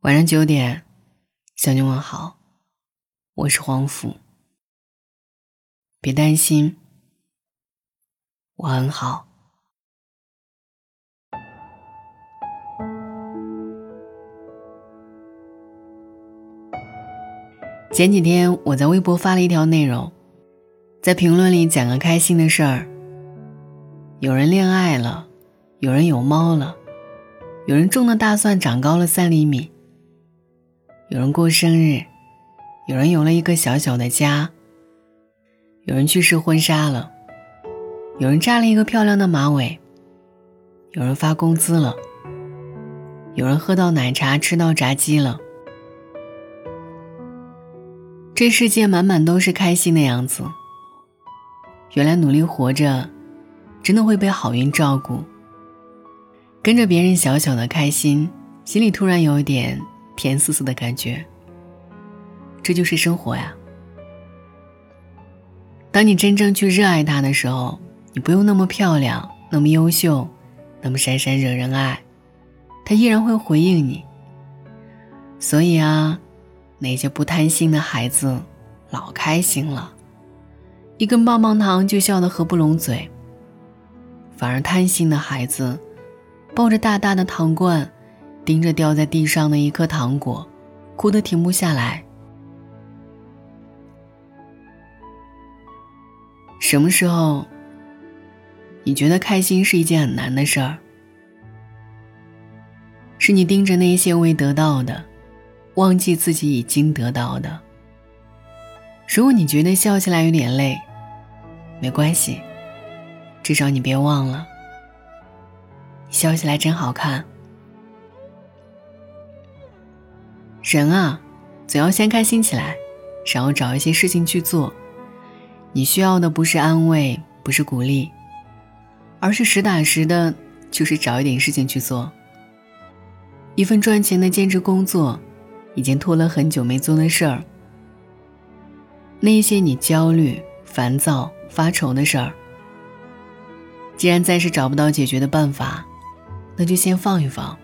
晚上9点，向你问好，我是黄甫。别担心，我很好。前几天我在微博发了一条内容，在评论里讲个开心的事儿。有人恋爱了，有人有猫了，有人种的大蒜长高了3厘米，有人过生日，有人有了一个小小的家，有人去试婚纱了，有人扎了一个漂亮的马尾，有人发工资了，有人喝到奶茶吃到炸鸡了。这世界满满都是开心的样子。原来努力活着真的会被好运照顾，跟着别人小小的开心，心里突然有一点甜丝丝的感觉。这就是生活呀。当你真正去热爱它的时候，你不用那么漂亮，那么优秀，那么闪闪惹人爱，它依然会回应你。所以啊，那些不贪心的孩子老开心了，一根棒棒糖就笑得合不拢嘴，反而贪心的孩子抱着大大的糖罐，盯着掉在地上的一颗糖果，哭得停不下来。什么时候你觉得开心是一件很难的事儿？是你盯着那些未得到的，忘记自己已经得到的。如果你觉得笑起来有点累，没关系，至少你别忘了，你笑起来真好看。人啊，总要先开心起来，然后找一些事情去做。你需要的不是安慰，不是鼓励，而是实打实的，就是找一点事情去做。一份赚钱的兼职工作，已经拖了很久没做的事儿。那些你焦虑、烦躁、发愁的事儿，既然暂时找不到解决的办法，那就先放一放。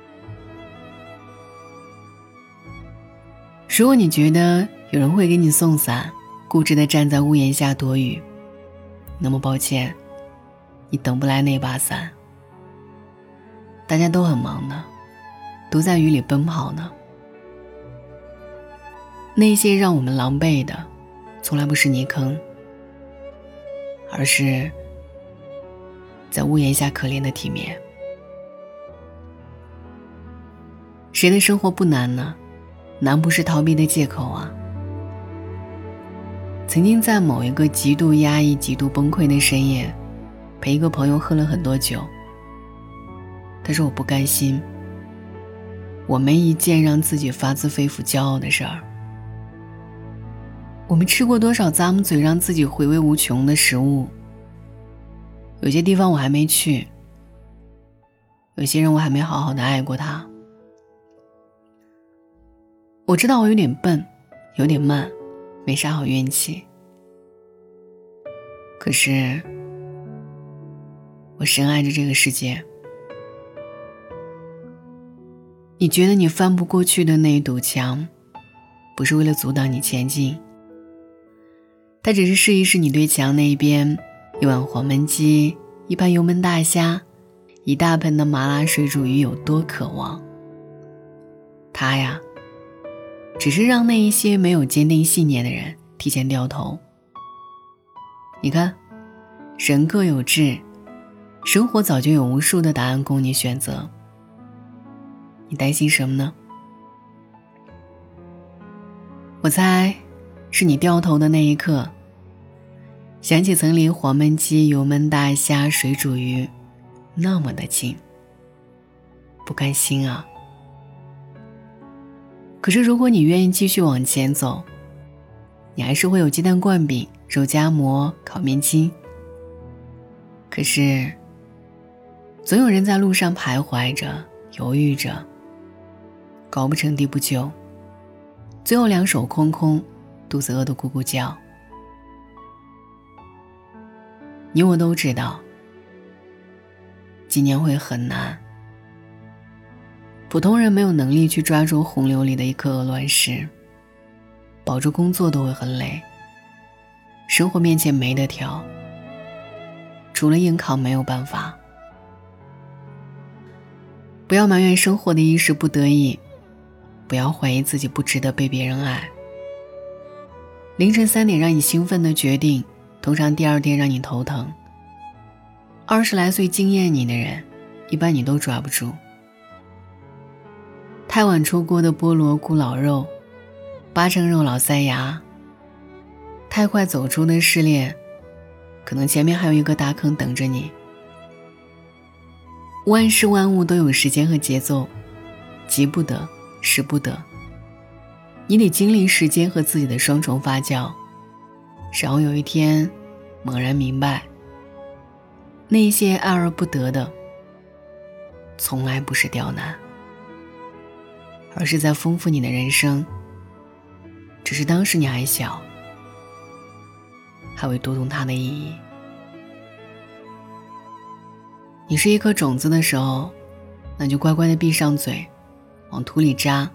如果你觉得有人会给你送伞，固执地站在屋檐下躲雨，那么抱歉，你等不来那把伞。大家都很忙呢，都在雨里奔跑呢。那些让我们狼狈的，从来不是泥坑，而是在屋檐下可怜的体面。谁的生活不难呢？难不是逃避的借口啊。曾经在某一个极度压抑、极度崩溃的深夜，陪一个朋友喝了很多酒。他说我不甘心，我没一件让自己发自肺腑骄傲的事儿。我们吃过多少咂摸嘴让自己回味无穷的食物，有些地方我还没去，有些人我还没好好的爱过他。我知道我有点笨，有点慢，没啥好运气，可是我深爱着这个世界。你觉得你翻不过去的那一堵墙，不是为了阻挡你前进，它只是试一试你对墙那一边一碗黄焖鸡、一盘油焖大虾、一大盆的麻辣水煮鱼有多渴望。它呀，只是让那一些没有坚定信念的人提前掉头。你看，人各有志，生活早就有无数的答案供你选择。你担心什么呢？我猜是你掉头的那一刻，想起曾离黄焖鸡、油焖大虾、水煮鱼那么的近，不甘心啊。可是如果你愿意继续往前走，你还是会有鸡蛋灌饼、肉夹馍、烤面筋。可是总有人在路上徘徊着，犹豫着，高不成低不就，最后两手空空，肚子饿得咕咕叫。你我都知道今年会很难， 普通人没有能力去抓住洪流里的一颗鹅卵石，保住工作都会很累，生活面前没得挑，除了硬扛没有办法。不要埋怨生活的一时不得已，不要怀疑自己不值得被别人爱。凌晨3点让你兴奋的决定，通常第二天让你头疼。20来岁惊艳你的人，一般你都抓不住。太晚出锅的菠萝咕老肉，8成肉老塞牙。太快走出的失恋，可能前面还有一个大坑等着你。万事万物都有时间和节奏，急不得，时不得。你得经历时间和自己的双重发酵，然后有一天猛然明白，那些爱而不得的，从来不是刁难，而是在丰富你的人生。只是当时你还小，还未读懂它的意义。你是一颗种子的时候，那就乖乖地闭上嘴，往土里扎，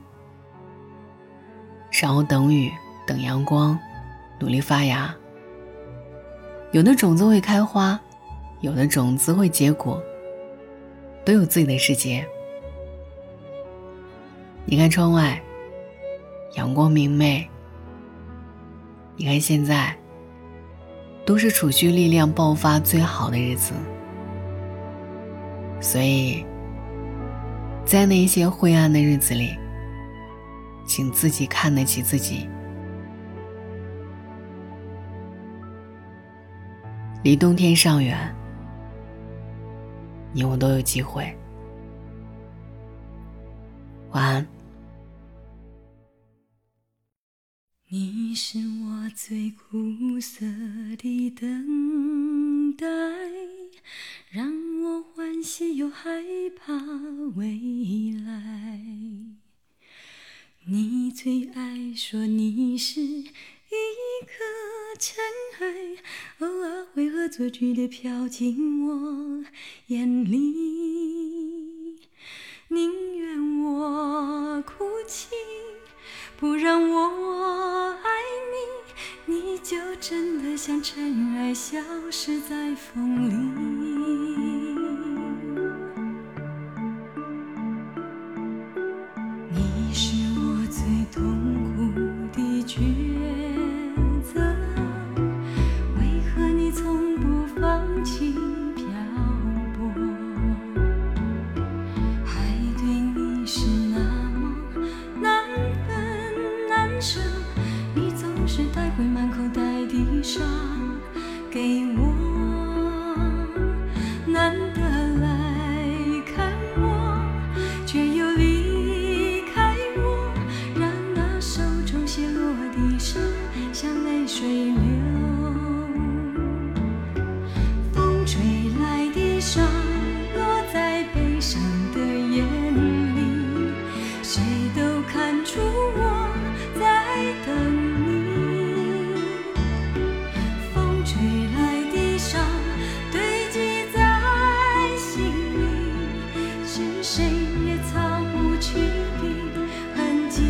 然后等雨，等阳光，努力发芽。有的种子会开花，有的种子会结果，都有自己的世界。你看窗外，阳光明媚，你看现在，都是储蓄力量爆发最好的日子。所以在那些灰暗的日子里，请自己看得起自己。离冬天尚远，你我都有机会。晚安。 你是我最苦涩的等待，让我欢喜又害怕未来。你最爱说你是一颗尘埃，偶尔会恶作剧地飘进我眼里，宁愿我哭泣，不让我爱你，你就真的像尘埃消失在风里。你是我最痛苦的抉择，为何你从不放弃漂泊？爱对你是那么难分难舍，你总是带回满口袋的伤给我，难得来看我，却又离开我，让那手中泻落的沙像泪水流。风吹来的沙落在悲伤的眼里，谁都看出我在等你。风吹来的沙堆积在心里，是谁也擦不去的痕迹。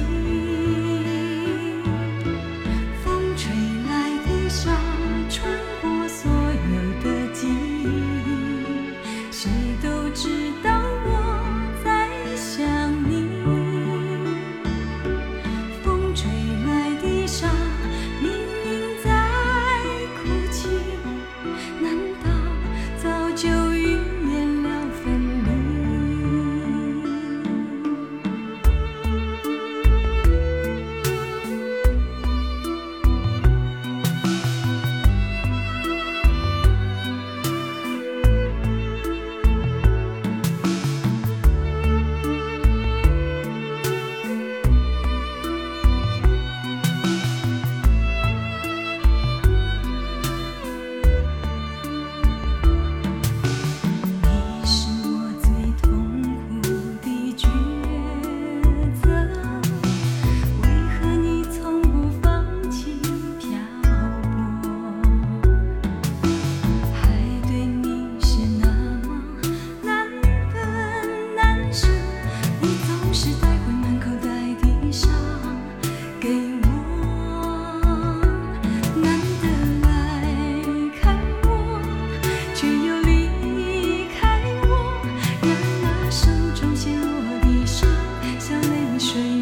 风吹来的沙穿过所有的记忆，谁都知道我在想你。 水